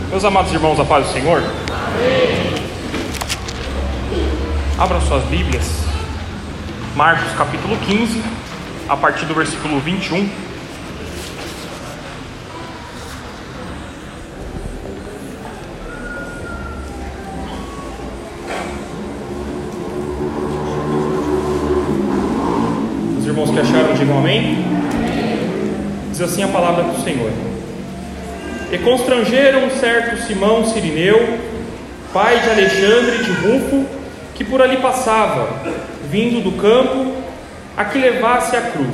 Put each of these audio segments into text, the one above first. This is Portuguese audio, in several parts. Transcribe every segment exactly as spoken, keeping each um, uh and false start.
Meus amados irmãos, a paz do Senhor. Amém. Abram suas Bíblias, Marcos capítulo quinze, a partir do versículo vinte e um. Os irmãos que acharam, digam amém. Diz assim a palavra do Senhor. E constrangeram um certo Simão Cirineu, pai de Alexandre de Rufo, que por ali passava, vindo do campo, a que levasse a cruz.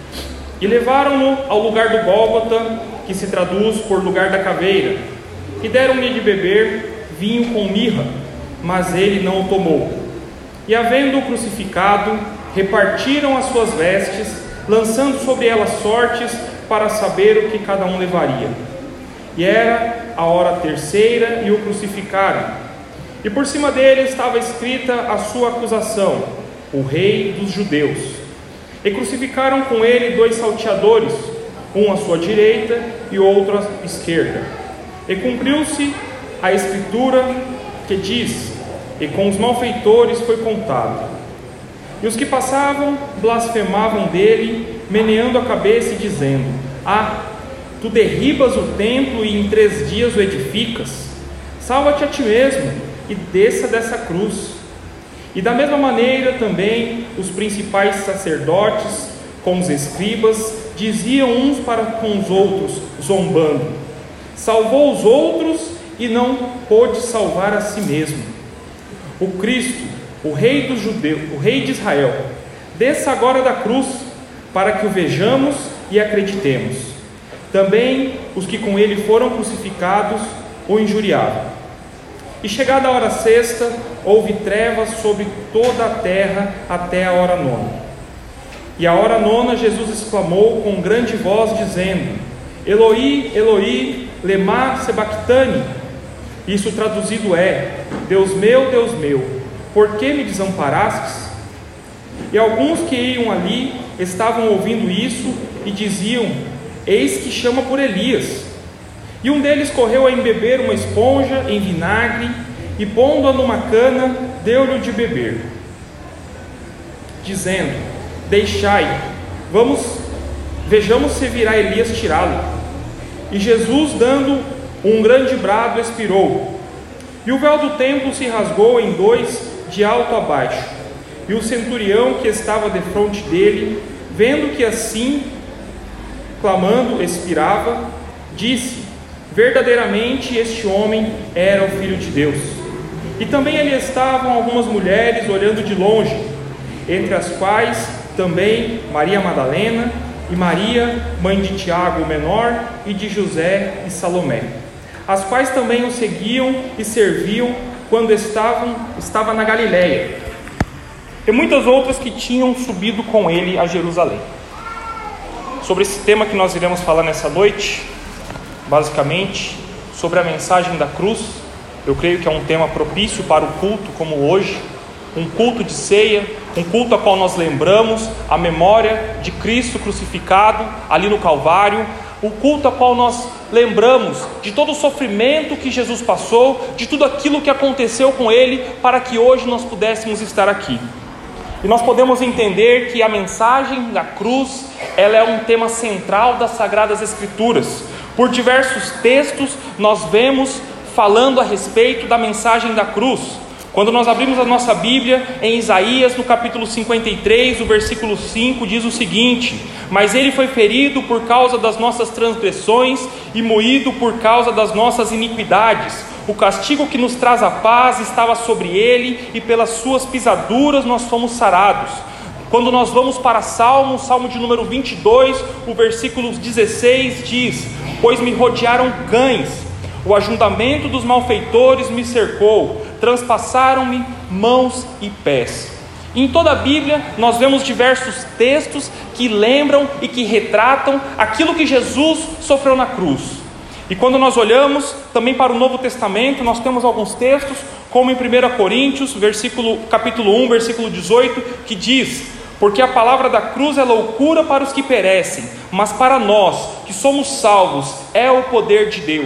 E levaram-no ao lugar do Gólgota, que se traduz por lugar da caveira, e deram-lhe de beber vinho com mirra, mas ele não o tomou. E havendo-o crucificado, repartiram as suas vestes, lançando sobre elas sortes para saber o que cada um levaria. E era a hora terceira, e o crucificaram. E por cima dele estava escrita a sua acusação: o Rei dos Judeus. E crucificaram com ele dois salteadores, um à sua direita e outro à esquerda. E cumpriu-se a escritura que diz: e com os malfeitores foi contado. E os que passavam blasfemavam dele, meneando a cabeça e dizendo: Ah, tu derribas o templo e em três dias o edificas? Salva-te a ti mesmo e desça dessa cruz. E da mesma maneira também os principais sacerdotes com os escribas diziam uns para com os outros, zombando: salvou os outros e não pôde salvar a si mesmo. O Cristo, o Rei dos Judeus, o Rei de Israel, desça agora da cruz, para que o vejamos e acreditemos. Também os que com ele foram crucificados o injuriavam. E chegada a hora sexta, houve trevas sobre toda a terra até a hora nona. E a hora nona Jesus exclamou com grande voz, dizendo: Eloi, Eloi, lema sabactani. Isso traduzido é: Deus meu, Deus meu, por que me desamparastes? E alguns que iam ali estavam ouvindo isso e diziam: eis que chama por Elias. E um deles correu a embeber uma esponja em vinagre e, pondo-a numa cana, deu-lhe de beber, dizendo: deixai, vamos, vejamos se virá Elias tirá-lo. E Jesus, dando um grande brado, expirou. E o véu do templo se rasgou em dois, de alto a baixo. E o centurião que estava defronte dele, vendo que assim, clamando, expirava, disse: verdadeiramente este homem era o Filho de Deus. E também ali estavam algumas mulheres olhando de longe, entre as quais também Maria Madalena e Maria, mãe de Tiago o menor, e de José e Salomé, as quais também o seguiam e serviam quando estavam, estava na Galiléia, e muitas outras que tinham subido com ele a Jerusalém. Sobre esse tema que nós iremos falar nessa noite, basicamente, sobre a mensagem da cruz. Eu creio que é um tema propício para o culto como hoje, um culto de ceia, um culto a qual nós lembramos a memória de Cristo crucificado ali no Calvário, o culto a qual nós lembramos de todo o sofrimento que Jesus passou, de tudo aquilo que aconteceu com Ele, para que hoje nós pudéssemos estar aqui. E nós podemos entender que a mensagem da cruz, ela é um tema central das Sagradas Escrituras. Por diversos textos nós vemos falando a respeito da mensagem da cruz. Quando nós abrimos a nossa Bíblia em Isaías, no capítulo cinquenta e três, o versículo cinco, diz o seguinte: mas ele foi ferido por causa das nossas transgressões e moído por causa das nossas iniquidades. O castigo que nos traz a paz estava sobre ele, e pelas suas pisaduras nós fomos sarados. Quando nós vamos para Salmo, Salmo de número vinte e dois, o versículo dezesseis diz: pois me rodearam cães, o ajuntamento dos malfeitores me cercou, transpassaram-me mãos e pés. Em toda a Bíblia nós vemos diversos textos que lembram e que retratam aquilo que Jesus sofreu na cruz. E quando nós olhamos também para o Novo Testamento, nós temos alguns textos, como em primeira Coríntios, versículo, capítulo um, versículo dezoito, que diz: porque a palavra da cruz é loucura para os que perecem, mas para nós que somos salvos é o poder de Deus.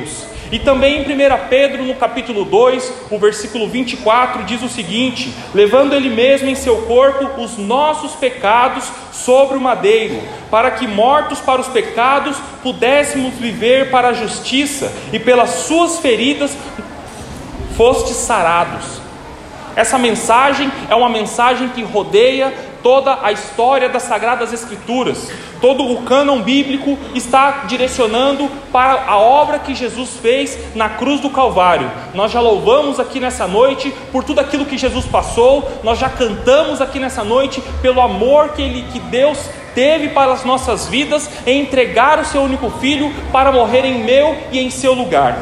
E também em primeira Pedro, no capítulo dois, o versículo vinte e quatro, diz o seguinte: levando ele mesmo em seu corpo os nossos pecados sobre o madeiro, para que mortos para os pecados pudéssemos viver para a justiça, e pelas suas feridas fostes sarados. Essa mensagem é uma mensagem que rodeia toda a história das Sagradas Escrituras. Todo o cânon bíblico está direcionando para a obra que Jesus fez na cruz do Calvário. Nós já louvamos aqui nessa noite por tudo aquilo que Jesus passou. Nós já cantamos aqui nessa noite pelo amor que, ele, que Deus teve para as nossas vidas em entregar o seu único Filho para morrer em meu e em seu lugar.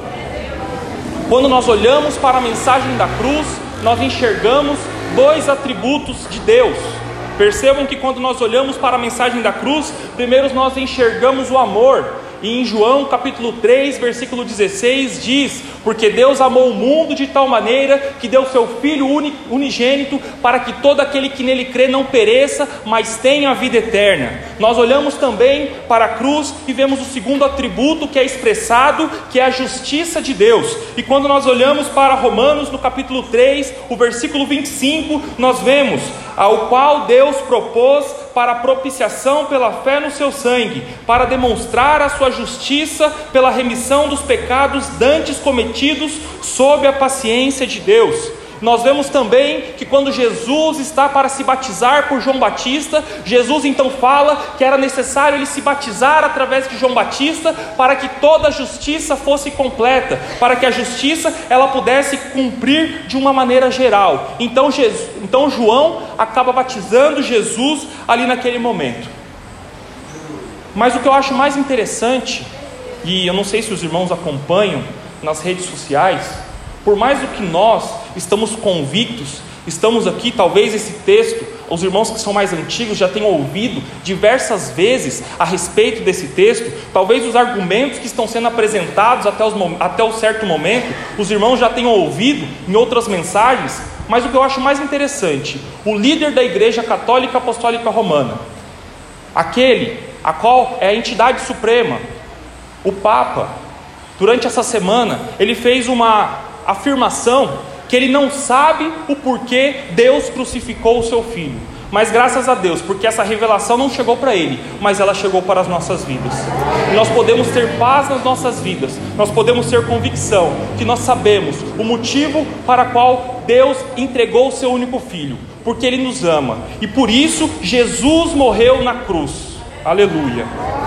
Quando nós olhamos para a mensagem da cruz, nós enxergamos dois atributos de Deus. Percebam que quando nós olhamos para a mensagem da cruz, primeiro nós enxergamos o amor. E em João capítulo três, versículo dezesseis diz: porque Deus amou o mundo de tal maneira que deu seu Filho unigênito, para que todo aquele que nele crê não pereça, mas tenha a vida eterna. Nós olhamos também para a cruz e vemos o segundo atributo que é expressado, que é a justiça de Deus. E quando nós olhamos para Romanos no capítulo três, o versículo vinte e cinco, nós vemos: ao qual Deus propôs para a propiciação pela fé no seu sangue, para demonstrar a sua justiça pela remissão dos pecados dantes cometidos sob a paciência de Deus. Nós vemos também que quando Jesus está para se batizar por João Batista, Jesus então fala que era necessário ele se batizar através de João Batista para que toda a justiça fosse completa, para que a justiça ela pudesse cumprir de uma maneira geral. Então, Jesus, então João acaba batizando Jesus ali naquele momento. Mas o que eu acho mais interessante, e eu não sei se os irmãos acompanham nas redes sociais, por mais do que nós estamos convictos, estamos aqui, talvez esse texto, os irmãos que são mais antigos já tenham ouvido diversas vezes a respeito desse texto, talvez os argumentos que estão sendo apresentados até, os, até um certo momento, os irmãos já tenham ouvido em outras mensagens, mas o que eu acho mais interessante, o líder da Igreja Católica Apostólica Romana, aquele a qual é a entidade suprema, o Papa, durante essa semana, ele fez uma afirmação que ele não sabe o porquê Deus crucificou o seu Filho, mas graças a Deus, porque essa revelação não chegou para ele, mas ela chegou para as nossas vidas. E nós podemos ter paz nas nossas vidas, nós podemos ter convicção que nós sabemos o motivo para qual Deus entregou o seu único Filho, porque Ele nos ama, e por isso Jesus morreu na cruz. Aleluia.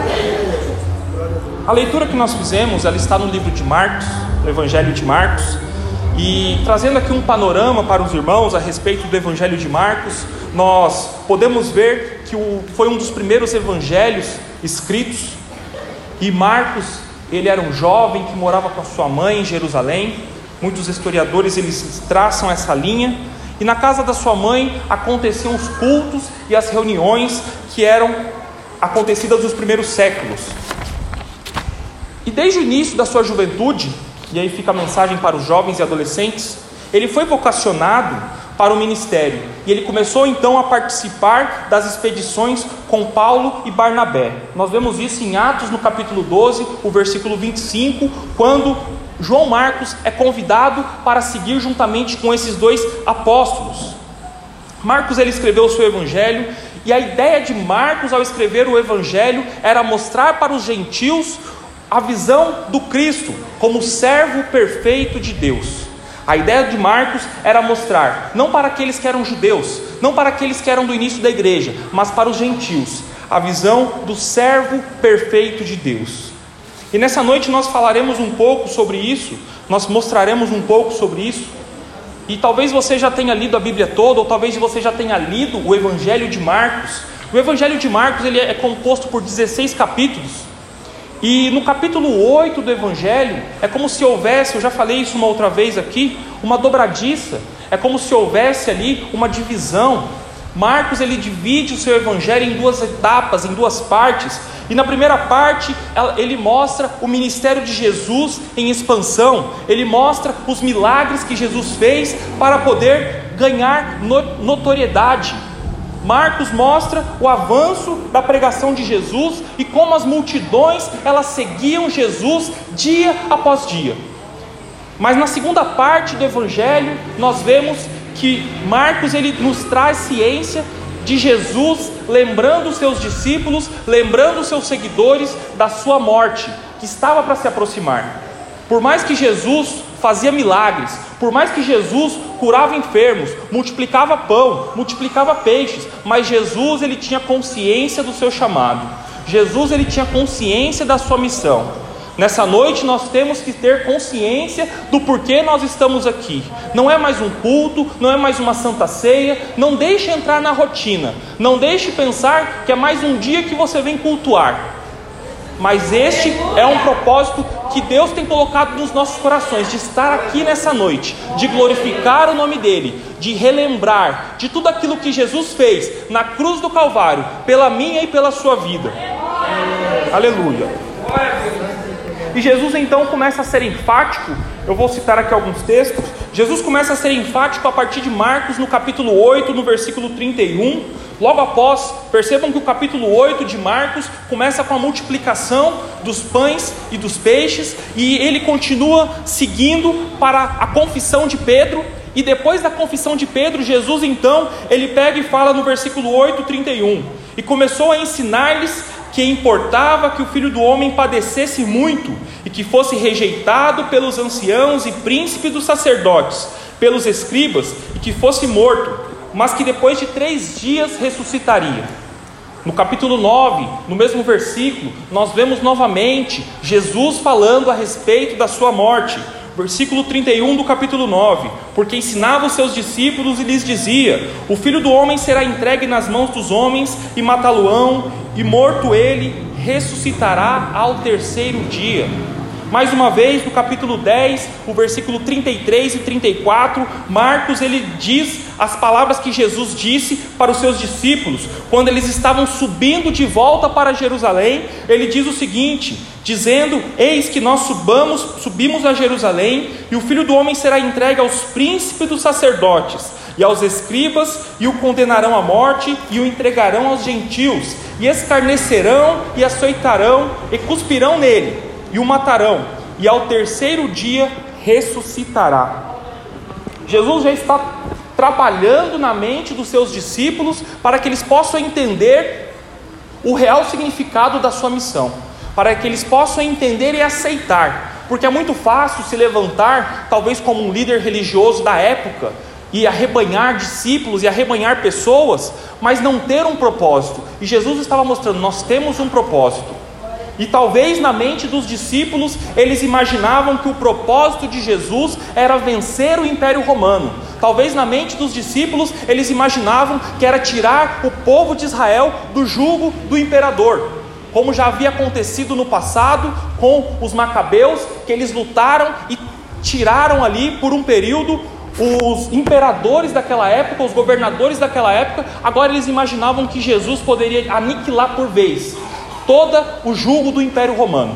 A leitura que nós fizemos, ela está no livro de Marcos, no Evangelho de Marcos, e trazendo aqui um panorama para os irmãos a respeito do Evangelho de Marcos, nós podemos ver que o, foi um dos primeiros evangelhos escritos, e Marcos, ele era um jovem que morava com a sua mãe em Jerusalém. Muitos historiadores eles traçam essa linha, e na casa da sua mãe aconteciam os cultos e as reuniões que eram acontecidas nos primeiros séculos. E desde o início da sua juventude, e aí fica a mensagem para os jovens e adolescentes, ele foi vocacionado para o ministério, e ele começou então a participar das expedições com Paulo e Barnabé. Nós vemos isso em Atos no capítulo doze, o versículo vinte e cinco, quando João Marcos é convidado para seguir juntamente com esses dois apóstolos. Marcos ele escreveu o seu evangelho, e a ideia de Marcos ao escrever o evangelho era mostrar para os gentios a visão do Cristo como servo perfeito de Deus. A ideia de Marcos era mostrar, não para aqueles que eram judeus, não para aqueles que eram do início da igreja, mas para os gentios, a visão do servo perfeito de Deus. E nessa noite nós falaremos um pouco sobre isso, nós mostraremos um pouco sobre isso, e talvez você já tenha lido a Bíblia toda, ou talvez você já tenha lido o Evangelho de Marcos. O Evangelho de Marcos ele é composto por dezesseis capítulos, e no capítulo oito do Evangelho, é como se houvesse, eu já falei isso uma outra vez aqui, uma dobradiça, é como se houvesse ali uma divisão. Marcos ele divide o seu Evangelho em duas etapas, em duas partes, e na primeira parte ele mostra o ministério de Jesus em expansão, ele mostra os milagres que Jesus fez para poder ganhar notoriedade. Marcos mostra o avanço da pregação de Jesus e como as multidões elas seguiam Jesus dia após dia. Mas na segunda parte do Evangelho nós vemos que Marcos ele nos traz ciência de Jesus lembrando os seus discípulos, lembrando os seus seguidores da sua morte, que estava para se aproximar. Por mais que Jesus fazia milagres, por mais que Jesus curava enfermos, multiplicava pão, multiplicava peixes, mas Jesus ele tinha consciência do seu chamado. Jesus ele tinha consciência da sua missão. Nessa noite nós temos que ter consciência do porquê nós estamos aqui. Não é mais um culto, não é mais uma santa ceia. Não deixe entrar na rotina, não deixe pensar que é mais um dia que você vem cultuar. Mas este é um propósito que Deus tem colocado nos nossos corações, de estar aqui nessa noite, de glorificar o nome dEle, de relembrar de tudo aquilo que Jesus fez na cruz do Calvário, pela minha e pela sua vida. Aleluia. E Jesus então começa a ser enfático. Eu vou citar aqui alguns textos. Jesus começa a ser enfático a partir de Marcos, no capítulo oito, no versículo trinta e um. Logo após, percebam que o capítulo oito de Marcos começa com a multiplicação dos pães e dos peixes, e ele continua seguindo para a confissão de Pedro. E depois da confissão de Pedro, Jesus então, ele pega e fala no versículo oito, trinta e um: e começou a ensinar-lhes que importava que o Filho do Homem padecesse muito, e que fosse rejeitado pelos anciãos e príncipes dos sacerdotes, pelos escribas, e que fosse morto, mas que depois de três dias ressuscitaria. No capítulo nove, no mesmo versículo, nós vemos novamente Jesus falando a respeito da sua morte. Versículo trinta e um do capítulo nove: porque ensinava os seus discípulos e lhes dizia: o Filho do Homem será entregue nas mãos dos homens, e matá-lo-ão, e morto ele, ressuscitará ao terceiro dia. Mais uma vez, no capítulo dez, o versículo trinta e três e trinta e quatro, Marcos ele diz as palavras que Jesus disse para os seus discípulos, quando eles estavam subindo de volta para Jerusalém. Ele diz o seguinte, dizendo: eis que nós subamos, subimos a Jerusalém, e o Filho do Homem será entregue aos príncipes dos sacerdotes, e aos escribas, e o condenarão à morte, e o entregarão aos gentios, e escarnecerão, e açoitarão, e cuspirão nele, e o matarão, e ao terceiro dia ressuscitará. Jesus já está trabalhando na mente dos seus discípulos para que eles possam entender o real significado da sua missão, para que eles possam entender e aceitar, porque é muito fácil se levantar, talvez como um líder religioso da época, e arrebanhar discípulos e arrebanhar pessoas, mas não ter um propósito. E Jesus estava mostrando: nós temos um propósito. E talvez na mente dos discípulos eles imaginavam que o propósito de Jesus era vencer o Império Romano. Talvez na mente dos discípulos eles imaginavam que era tirar o povo de Israel do jugo do imperador, como já havia acontecido no passado com os macabeus, que eles lutaram e tiraram ali por um período os imperadores daquela época, os governadores daquela época. Agora eles imaginavam que Jesus poderia aniquilar por vez todo o jugo do Império Romano.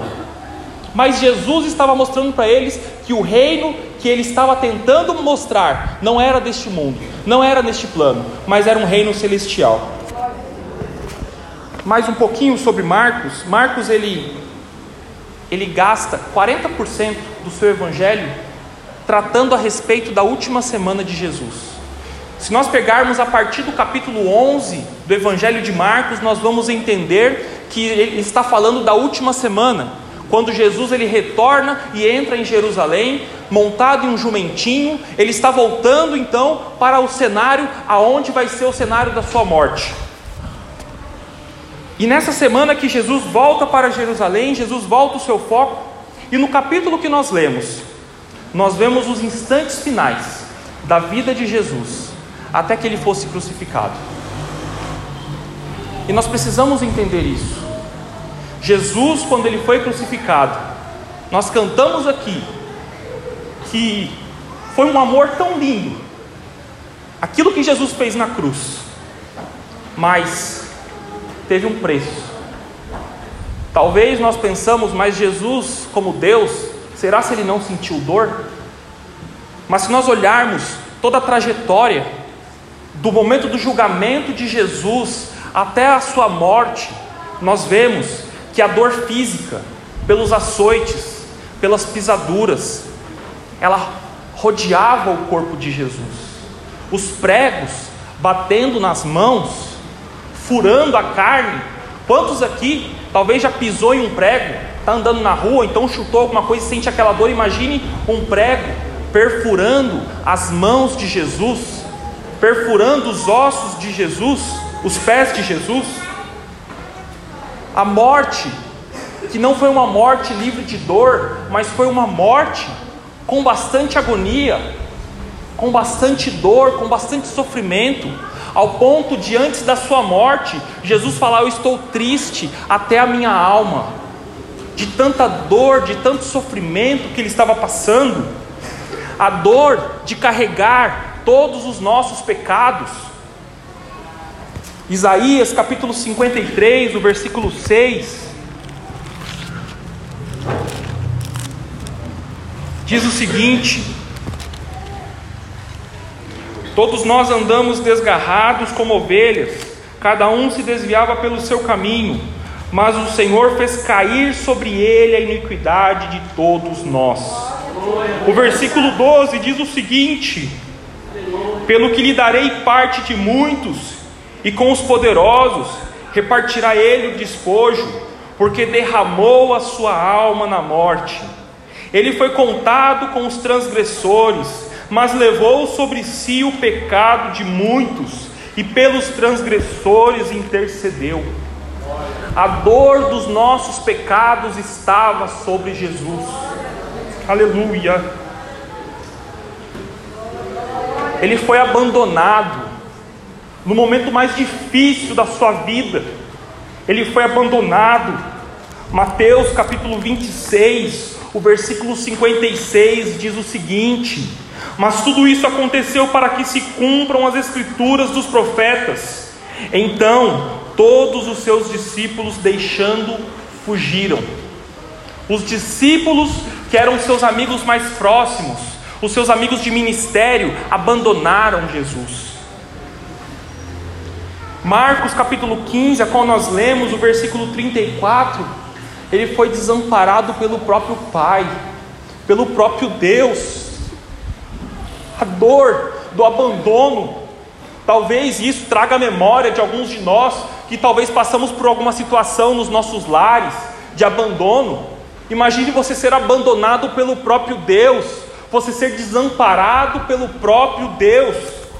Mas Jesus estava mostrando para eles que o reino que ele estava tentando mostrar não era deste mundo, não era neste plano, mas era um reino celestial. Mais um pouquinho sobre Marcos. Marcos ele, ele gasta quarenta por cento do seu evangelho tratando a respeito da última semana de Jesus. Se nós pegarmos a partir do capítulo onze do Evangelho de Marcos, nós vamos entender que ele está falando da última semana, quando Jesus ele retorna e entra em Jerusalém, montado em um jumentinho. Ele está voltando então para o cenário aonde vai ser o cenário da sua morte. E nessa semana que Jesus volta para Jerusalém, Jesus volta o seu foco, e no capítulo que nós lemos, nós vemos os instantes finais da vida de Jesus, até que ele fosse crucificado. E nós precisamos entender isso. Jesus, quando ele foi crucificado, nós cantamos aqui que foi um amor tão lindo, aquilo que Jesus fez na cruz, mas teve um preço. Talvez nós pensamos: mas Jesus, como Deus, será se ele não sentiu dor? Mas se nós olharmos toda a trajetória do momento do julgamento de Jesus até a sua morte, nós vemos que a dor física, pelos açoites, pelas pisaduras, ela rodeava o corpo de Jesus. Os pregos batendo nas mãos, furando a carne. Quantos aqui talvez já pisou em um prego, está andando na rua, então chutou alguma coisa e sente aquela dor? Imagine um prego perfurando as mãos de Jesus, perfurando os ossos de Jesus, os pés de Jesus. A morte, que não foi uma morte livre de dor, mas foi uma morte com bastante agonia, com bastante dor, com bastante sofrimento, ao ponto de antes da sua morte, Jesus falar: eu estou triste até a minha alma, de tanta dor, de tanto sofrimento que ele estava passando, a dor de carregar todos os nossos pecados. Isaías capítulo cinquenta e três, o versículo seis, diz o seguinte: todos nós andamos desgarrados como ovelhas, cada um se desviava pelo seu caminho, mas o Senhor fez cair sobre ele a iniquidade de todos nós. O versículo doze diz o seguinte: pelo que lhe darei parte de muitos, e com os poderosos repartirá ele o despojo, porque derramou a sua alma na morte. Ele foi contado com os transgressores, mas levou sobre si o pecado de muitos, e pelos transgressores intercedeu. A dor dos nossos pecados estava sobre Jesus. Aleluia. Ele foi abandonado no momento mais difícil da sua vida. Ele foi abandonado. Mateus capítulo vinte e seis, o versículo cinquenta e seis diz o seguinte: mas tudo isso aconteceu para que se cumpram as escrituras dos profetas. Então todos os seus discípulos, deixando, fugiram. Os discípulos, que eram seus amigos mais próximos, os seus amigos de ministério, abandonaram Jesus. Marcos capítulo quinze, a qual nós lemos, o versículo trinta e quatro, ele foi desamparado pelo próprio Pai, pelo próprio Deus. A dor do abandono, talvez isso traga a memória de alguns de nós, que talvez passamos por alguma situação nos nossos lares, de abandono. Imagine você ser abandonado pelo próprio Deus, você ser desamparado pelo próprio Deus.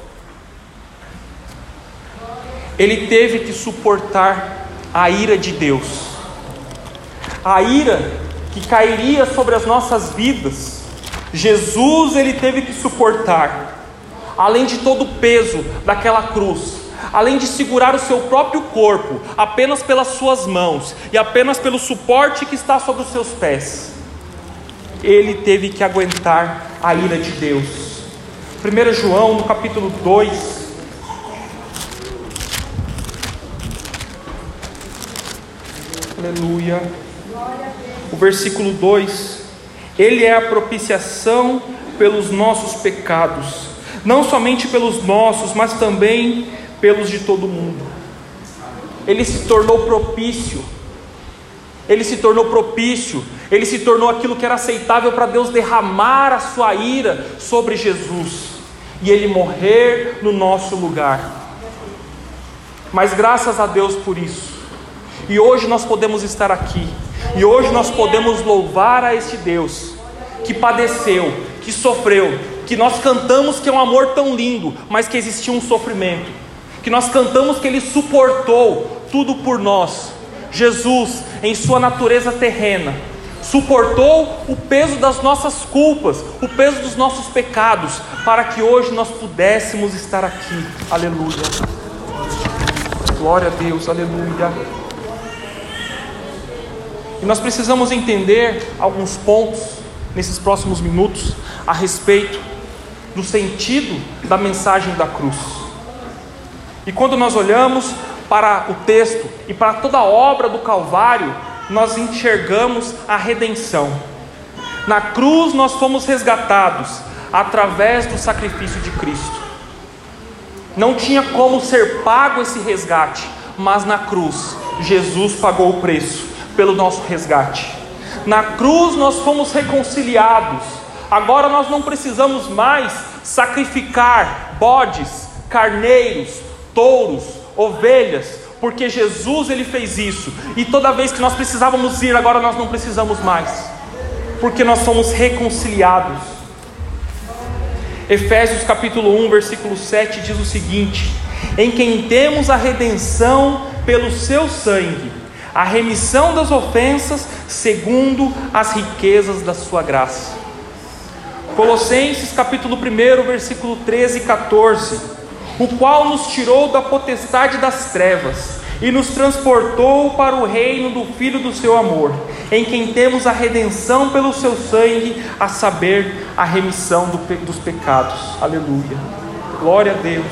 Ele teve que suportar a ira de Deus, a ira que cairia sobre as nossas vidas. Jesus, ele teve que suportar, além de todo o peso daquela cruz, além de segurar o seu próprio corpo apenas pelas suas mãos e apenas pelo suporte que está sobre os seus pés, ele teve que aguentar a ira de Deus. primeiro João, no capítulo dois, aleluia, o versículo dois: ele é a propiciação pelos nossos pecados, não somente pelos nossos, mas também pelos de todo mundo. Ele se tornou propício, ele se tornou propício, ele se tornou aquilo que era aceitável para Deus derramar a sua ira sobre Jesus, e ele morrer no nosso lugar. Mas graças a Deus por isso, e hoje nós podemos estar aqui, e hoje nós podemos louvar a este Deus que padeceu, que sofreu, que nós cantamos que é um amor tão lindo, mas que existia um sofrimento, que nós cantamos que ele suportou tudo por nós. Jesus, em sua natureza terrena, suportou o peso das nossas culpas, o peso dos nossos pecados, para que hoje nós pudéssemos estar aqui. Aleluia, glória a Deus, aleluia. E nós precisamos entender alguns pontos nesses próximos minutos a respeito do sentido da mensagem da cruz. E quando nós olhamos para o texto e para toda a obra do Calvário, nós enxergamos a redenção. Na cruz nós fomos resgatados através do sacrifício de Cristo. Não tinha como ser pago esse resgate, mas na cruz, Jesus pagou o preço pelo nosso resgate. Na cruz nós fomos reconciliados. Agora nós não precisamos mais sacrificar bodes, carneiros, touros, ovelhas, porque Jesus ele fez isso. E toda vez que nós precisávamos ir, agora nós não precisamos mais, porque nós somos reconciliados. Efésios capítulo um, versículo sete diz o seguinte: em quem temos a redenção pelo seu sangue, a remissão das ofensas, segundo as riquezas da sua graça. Colossenses capítulo um, versículo treze e quatorze: o qual nos tirou da potestade das trevas e nos transportou para o reino do Filho do seu amor, em quem temos a redenção pelo seu sangue, a saber, a remissão do pe- dos pecados. Aleluia, glória a Deus.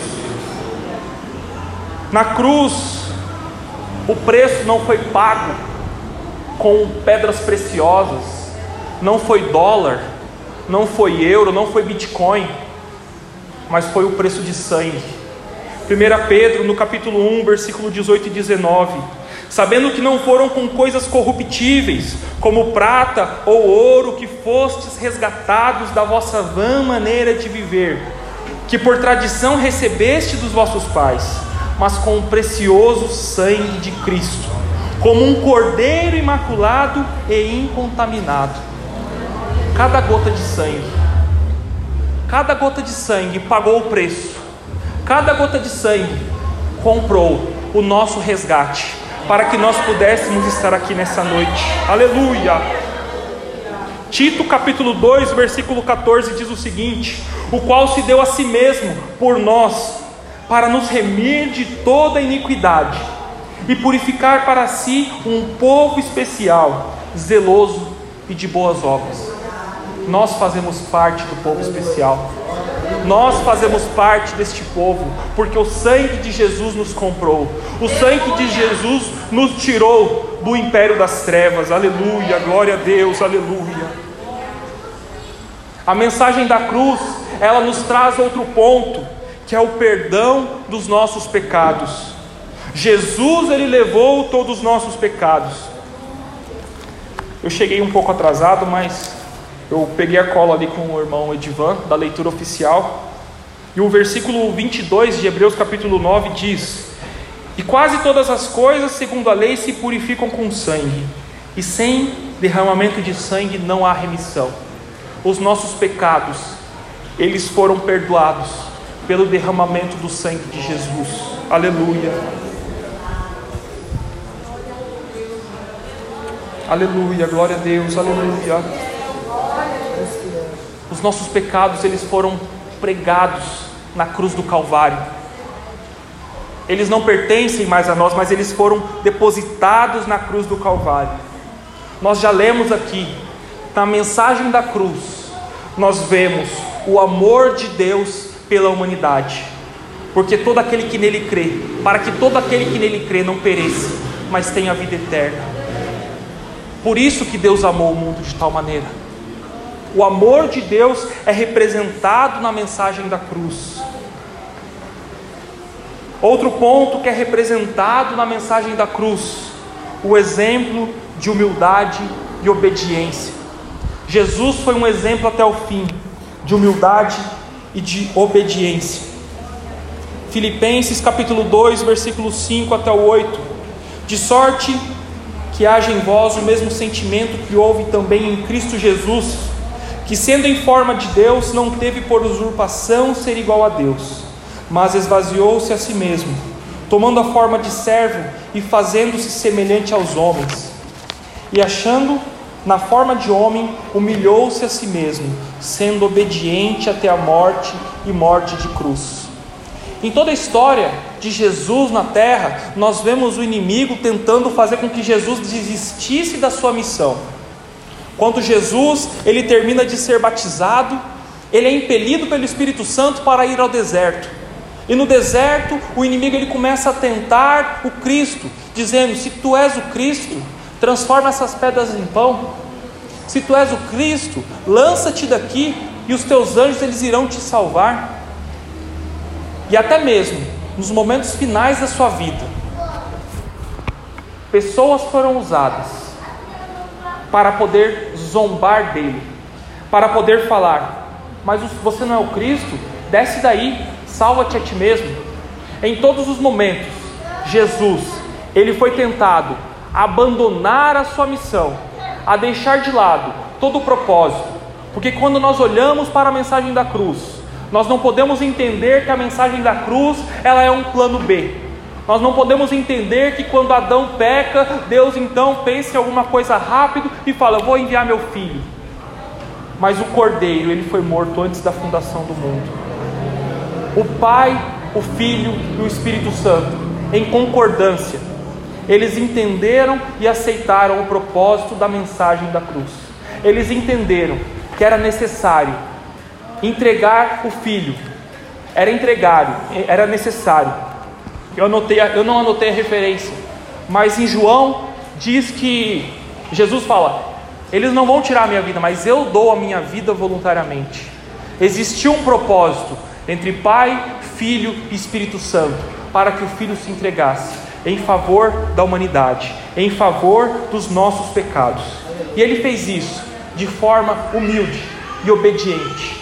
Na cruz, o preço não foi pago com pedras preciosas, não foi dólar, não foi euro, não foi bitcoin, mas foi o preço de sangue. primeira Pedro, no capítulo um, versículo dezoito e dezenove: sabendo que não foram com coisas corruptíveis, como prata ou ouro, que fostes resgatados da vossa vã maneira de viver, que por tradição recebeste dos vossos pais, mas com o precioso sangue de Cristo, como um cordeiro imaculado e incontaminado. Cada gota de sangue, cada gota de sangue pagou o preço. Cada gota de sangue comprou o nosso resgate, para que nós pudéssemos estar aqui nessa noite. Aleluia. Tito capítulo dois, versículo quatorze diz o seguinte: o qual se deu a si mesmo por nós, para nos remir de toda iniquidade e purificar para si um povo especial, zeloso e de boas obras. Nós fazemos parte do povo especial. Nós fazemos parte deste povo, porque o sangue de Jesus nos comprou. O sangue de Jesus nos tirou do império das trevas. Aleluia, glória a Deus, aleluia. A mensagem da cruz, ela nos traz outro ponto, que é o perdão dos nossos pecados. Jesus, ele levou todos os nossos pecados. Eu cheguei um pouco atrasado, mas eu peguei a cola ali com o irmão Edivan, da leitura oficial, e o versículo vinte e dois de Hebreus capítulo nove diz: e quase todas as coisas, segundo a lei, se purificam com sangue, e sem derramamento de sangue não há remissão. Os nossos pecados, eles foram perdoados pelo derramamento do sangue de Jesus. Aleluia. Aleluia, glória a Deus, aleluia. Os nossos pecados, eles foram pregados na cruz do Calvário. Eles não pertencem mais a nós, mas eles foram depositados na cruz do Calvário. Nós já lemos aqui, na mensagem da cruz, nós vemos o amor de Deus pela humanidade, porque todo aquele que nele crê, para que todo aquele que nele crê não pereça, mas tenha a vida eterna. Por isso que Deus amou o mundo de tal maneira. O amor de Deus é representado na mensagem da cruz. Outro ponto que é representado na mensagem da cruz: o exemplo de humildade e obediência. Jesus foi um exemplo até o fim de humildade e de obediência. Filipenses capítulo dois, versículos cinco até o oito: de sorte que haja em vós o mesmo sentimento que houve também em Cristo Jesus, que sendo em forma de Deus, não teve por usurpação ser igual a Deus, mas esvaziou-se a si mesmo, tomando a forma de servo e fazendo-se semelhante aos homens, e achando na forma de homem, humilhou-se a si mesmo, sendo obediente até a morte e morte de cruz. Em toda a história de Jesus na terra, nós vemos o inimigo tentando fazer com que Jesus desistisse da sua missão. Quando Jesus ele termina de ser batizado, ele é impelido pelo Espírito Santo para ir ao deserto. E no deserto, o inimigo ele começa a tentar o Cristo, dizendo: se tu és o Cristo, transforma essas pedras em pão. Se tu és o Cristo, lança-te daqui e os teus anjos eles irão te salvar. E até mesmo nos momentos finais da sua vida, pessoas foram usadas para poder zombar dele, para poder falar: mas você não é o Cristo? Desce daí, salva-te a ti mesmo. Em todos os momentos, Jesus, ele foi tentado a abandonar a sua missão, a deixar de lado todo o propósito, porque quando nós olhamos para a mensagem da cruz, nós não podemos entender que a mensagem da cruz, ela é um plano B. Nós não podemos entender que quando Adão peca, Deus então pensa em alguma coisa rápido e fala: eu vou enviar meu filho. Mas o Cordeiro, ele foi morto antes da fundação do mundo. O Pai, o Filho e o Espírito Santo, em concordância, eles entenderam e aceitaram o propósito da mensagem da cruz. Eles entenderam que era necessário entregar o Filho. Era entregar, era necessário. Eu, anotei, eu não anotei a referência, mas em João diz que Jesus fala: eles não vão tirar a minha vida, mas eu dou a minha vida voluntariamente. Existiu um propósito entre Pai, Filho e Espírito Santo, para que o Filho se entregasse em favor da humanidade, em favor dos nossos pecados. E ele fez isso de forma humilde e obediente.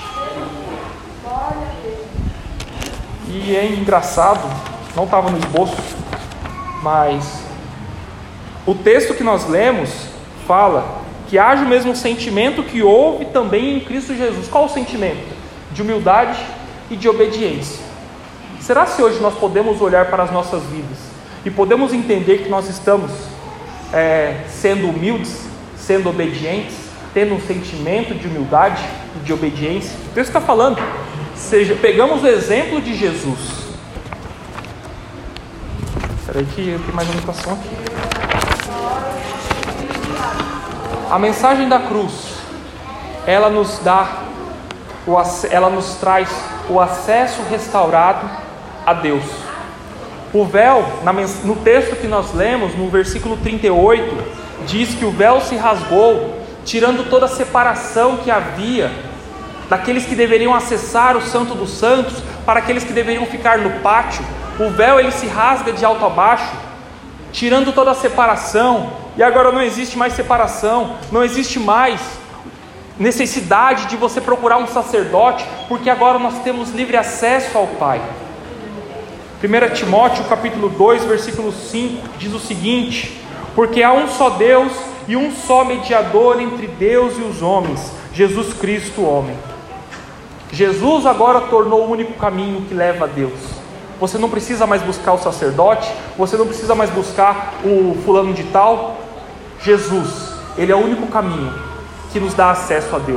E é engraçado, não estava no esboço, mas o texto que nós lemos fala que haja o mesmo sentimento que houve também em Cristo Jesus. Qual o sentimento? De humildade e de obediência. Será se hoje nós podemos olhar para as nossas vidas e podemos entender que nós estamos é, sendo humildes, sendo obedientes, tendo um sentimento de humildade e de obediência? O texto está falando, seja, pegamos o exemplo de Jesus. Espera aí que tem mais uma anotação aqui. A mensagem da cruz, ela nos dá, o, ela nos traz o acesso restaurado a Deus. O véu, no texto que nós lemos, no versículo trinta e oito, diz que o véu se rasgou, tirando toda a separação que havia daqueles que deveriam acessar o Santo dos Santos para aqueles que deveriam ficar no pátio. O véu, ele se rasga de alto a baixo, tirando toda a separação. E agora não existe mais separação, não existe mais necessidade de você procurar um sacerdote, porque agora nós temos livre acesso ao Pai. primeiro Timóteo capítulo dois, versículo cinco, diz o seguinte: porque há um só Deus e um só mediador entre Deus e os homens, Jesus Cristo, homem. Jesus agora tornou o único caminho que leva a Deus. Você não precisa mais buscar o sacerdote, você não precisa mais buscar o fulano de tal. Jesus, ele é o único caminho que nos dá acesso a Deus.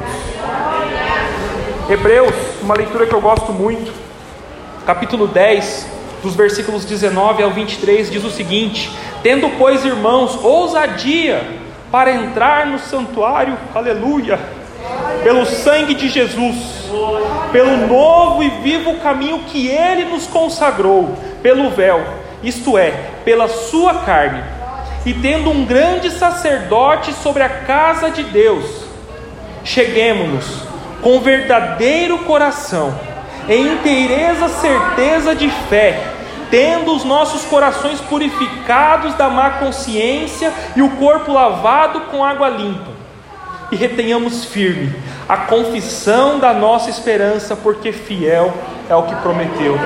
Hebreus, uma leitura que eu gosto muito, capítulo dez, dos versículos dezenove ao vinte e três, diz o seguinte: tendo, pois, irmãos, ousadia para entrar no santuário, aleluia, pelo sangue de Jesus, pelo novo e vivo caminho que ele nos consagrou, pelo véu, isto é, pela sua carne, e tendo um grande sacerdote sobre a casa de Deus, cheguemo-nos com verdadeiro coração, em inteireza certeza de fé, tendo os nossos corações purificados da má consciência e o corpo lavado com água limpa, e retenhamos firme a confissão da nossa esperança, porque fiel é o que prometeu.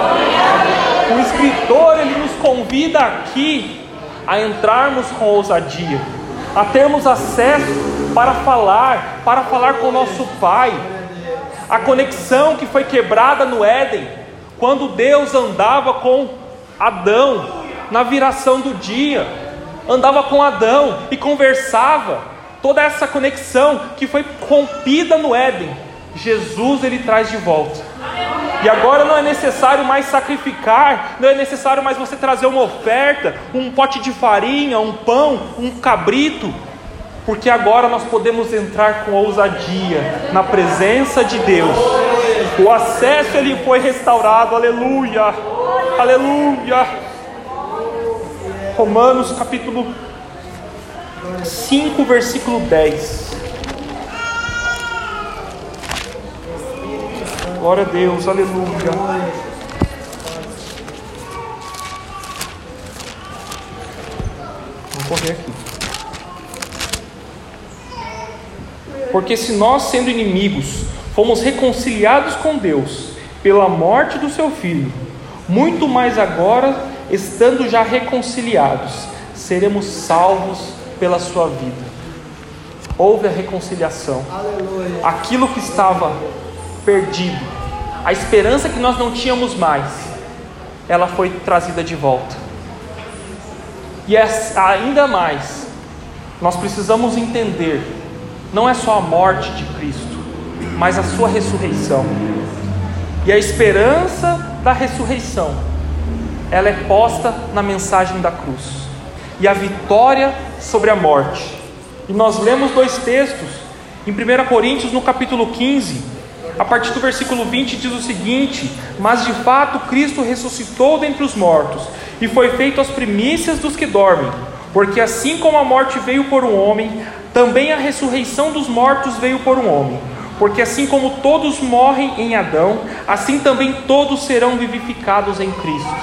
O escritor, ele nos convida aqui a entrarmos com ousadia, a termos acesso para falar, para falar com o nosso Pai. A conexão que foi quebrada no Éden, quando Deus andava com Adão, na viração do dia, andava com Adão e conversava. Toda essa conexão que foi rompida no Éden, Jesus, ele traz de volta. E agora não é necessário mais sacrificar, não é necessário mais você trazer uma oferta, um pote de farinha, um pão, um cabrito, porque agora nós podemos entrar com ousadia na presença de Deus. O acesso, ele foi restaurado, aleluia, aleluia. Romanos capítulo cinco, versículo dez. Glória a Deus, aleluia. correr aqui. Porque se nós, sendo inimigos, fomos reconciliados com Deus pela morte do seu Filho, muito mais agora, estando já reconciliados, seremos salvos pela sua vida. Houve a reconciliação. Aleluia. Aquilo que estava perdido, a esperança que nós não tínhamos mais, ela foi trazida de volta. E ainda mais, nós precisamos entender, não é só a morte de Cristo, mas a sua ressurreição. E a esperança da ressurreição, ela é posta na mensagem da cruz. E a vitória sobre a morte. E nós lemos dois textos, em primeira Coríntios, no capítulo quinze, a partir do versículo vinte, diz o seguinte: mas de fato Cristo ressuscitou dentre os mortos, e foi feito as primícias dos que dormem. Porque assim como a morte veio por um homem, também a ressurreição dos mortos veio por um homem. Porque assim como todos morrem em Adão, assim também todos serão vivificados em Cristo.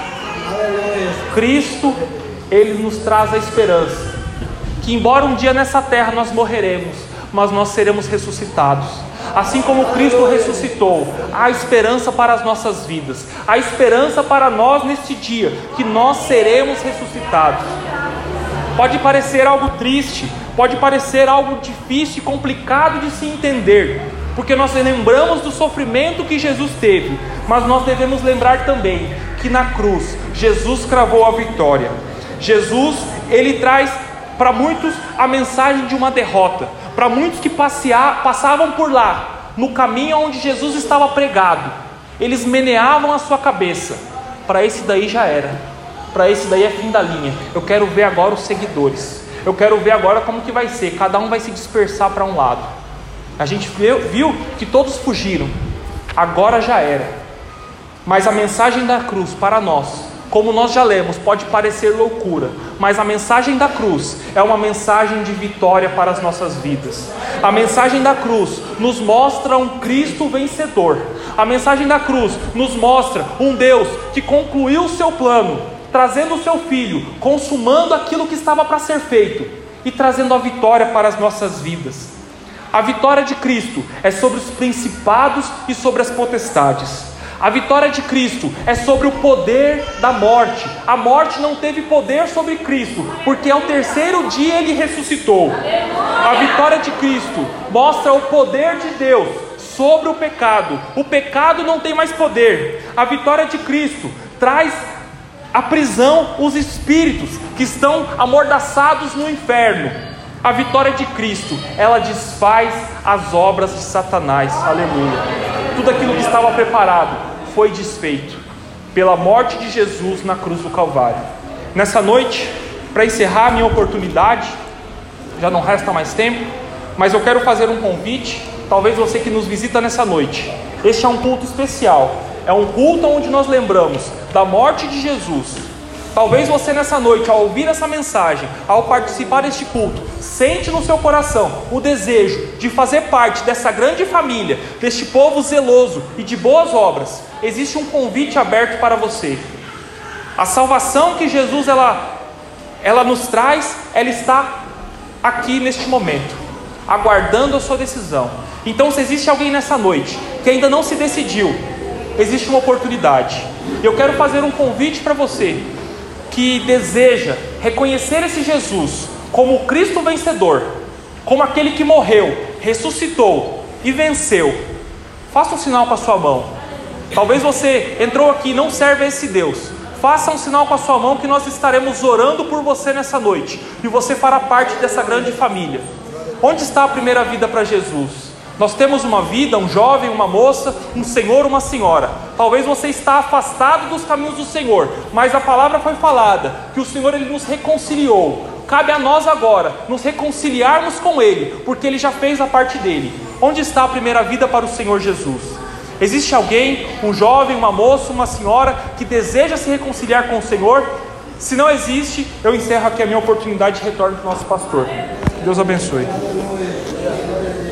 Cristo, Ele nos traz a esperança, que embora um dia nessa terra nós morreremos, mas nós seremos ressuscitados. Assim como Cristo ressuscitou, há esperança para as nossas vidas, há esperança para nós neste dia, que nós seremos ressuscitados. Pode parecer algo triste, pode parecer algo difícil e complicado de se entender, porque nós lembramos do sofrimento que Jesus teve, mas nós devemos lembrar também que na cruz, Jesus cravou a vitória. Jesus, Ele traz para muitos a mensagem de uma derrota. Para muitos que passear, passavam por lá, no caminho onde Jesus estava pregado, eles meneavam a sua cabeça. Para esse daí já era. Para esse daí é fim da linha. Eu quero ver agora os seguidores. Eu quero ver agora como que vai ser. Cada um vai se dispersar para um lado. A gente viu, viu que todos fugiram. Agora já era. Mas a mensagem da cruz para nós, como nós já lemos, pode parecer loucura, mas a mensagem da cruz é uma mensagem de vitória para as nossas vidas. A mensagem da cruz nos mostra um Cristo vencedor. A mensagem da cruz nos mostra um Deus que concluiu o seu plano, trazendo o seu Filho, consumando aquilo que estava para ser feito e trazendo a vitória para as nossas vidas. A vitória de Cristo é sobre os principados e sobre as potestades. A vitória de Cristo é sobre o poder da morte. A morte não teve poder sobre Cristo, porque ao terceiro dia Ele ressuscitou. A vitória de Cristo mostra o poder de Deus sobre o pecado. O pecado não tem mais poder. A vitória de Cristo traz à prisão os espíritos que estão amordaçados no inferno. A vitória de Cristo, ela desfaz as obras de Satanás. Aleluia. Tudo aquilo que estava preparado foi desfeito pela morte de Jesus na cruz do Calvário. Nessa noite, para encerrar a minha oportunidade, já não resta mais tempo, mas eu quero fazer um convite. Talvez você que nos visita nessa noite, este é um culto especial, é um culto onde nós lembramos da morte de Jesus. Talvez você nessa noite, ao ouvir essa mensagem, ao participar deste culto, sente no seu coração o desejo de fazer parte dessa grande família, deste povo zeloso e de boas obras. Existe um convite aberto para você. A salvação que Jesus ela, ela nos traz, ela está aqui neste momento, aguardando a sua decisão. Então, se existe alguém nessa noite que ainda não se decidiu, existe uma oportunidade. Eu quero fazer um convite para você que deseja reconhecer esse Jesus como o Cristo vencedor, como aquele que morreu, ressuscitou e venceu. Faça um sinal com a sua mão. Talvez você entrou aqui e não serve a esse Deus. Faça um sinal com a sua mão que nós estaremos orando por você nessa noite, e você fará parte dessa grande família. Onde está a primeira vida para Jesus? Nós temos uma vida, um jovem, uma moça, um senhor, uma senhora. Talvez você está afastado dos caminhos do Senhor, mas a palavra foi falada, que o Senhor Ele nos reconciliou. Cabe a nós agora nos reconciliarmos com Ele, porque Ele já fez a parte dele. Onde está a primeira vida para o Senhor Jesus? Existe alguém, um jovem, uma moça, uma senhora, que deseja se reconciliar com o Senhor? Se não existe, eu encerro aqui a minha oportunidade de retorno para o nosso pastor. Deus abençoe.